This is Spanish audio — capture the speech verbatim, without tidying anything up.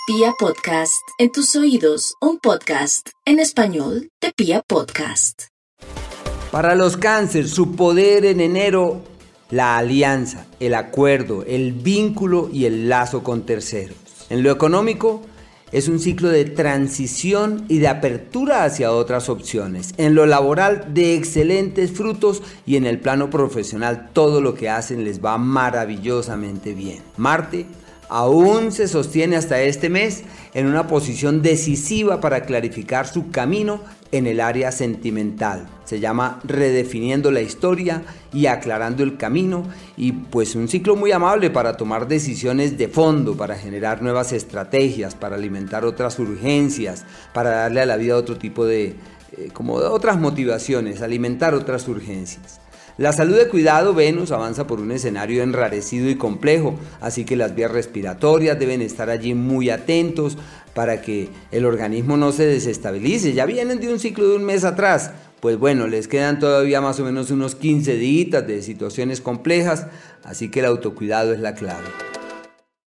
Pia Podcast, en tus oídos, un podcast en español de Pia Podcast. Para los cáncer, su poder en enero, la alianza, el acuerdo, el vínculo y el lazo con terceros. En lo económico, es un ciclo de transición y de apertura hacia otras opciones. En lo laboral, de excelentes frutos, y en el plano profesional, todo lo que hacen les va maravillosamente bien. Marte aún se sostiene hasta este mes en una posición decisiva para clarificar su camino en el área sentimental. Se llama redefiniendo la historia y aclarando el camino, y pues un ciclo muy amable para tomar decisiones de fondo, para generar nuevas estrategias, para alimentar otras urgencias, para darle a la vida otro tipo de, eh, como de otras motivaciones, alimentar otras urgencias. La salud de cuidado, Venus avanza por un escenario enrarecido y complejo, así que las vías respiratorias deben estar allí muy atentos para que el organismo no se desestabilice. Ya vienen de un ciclo de un mes atrás, pues bueno, les quedan todavía más o menos unos quince días de situaciones complejas, así que el autocuidado es la clave.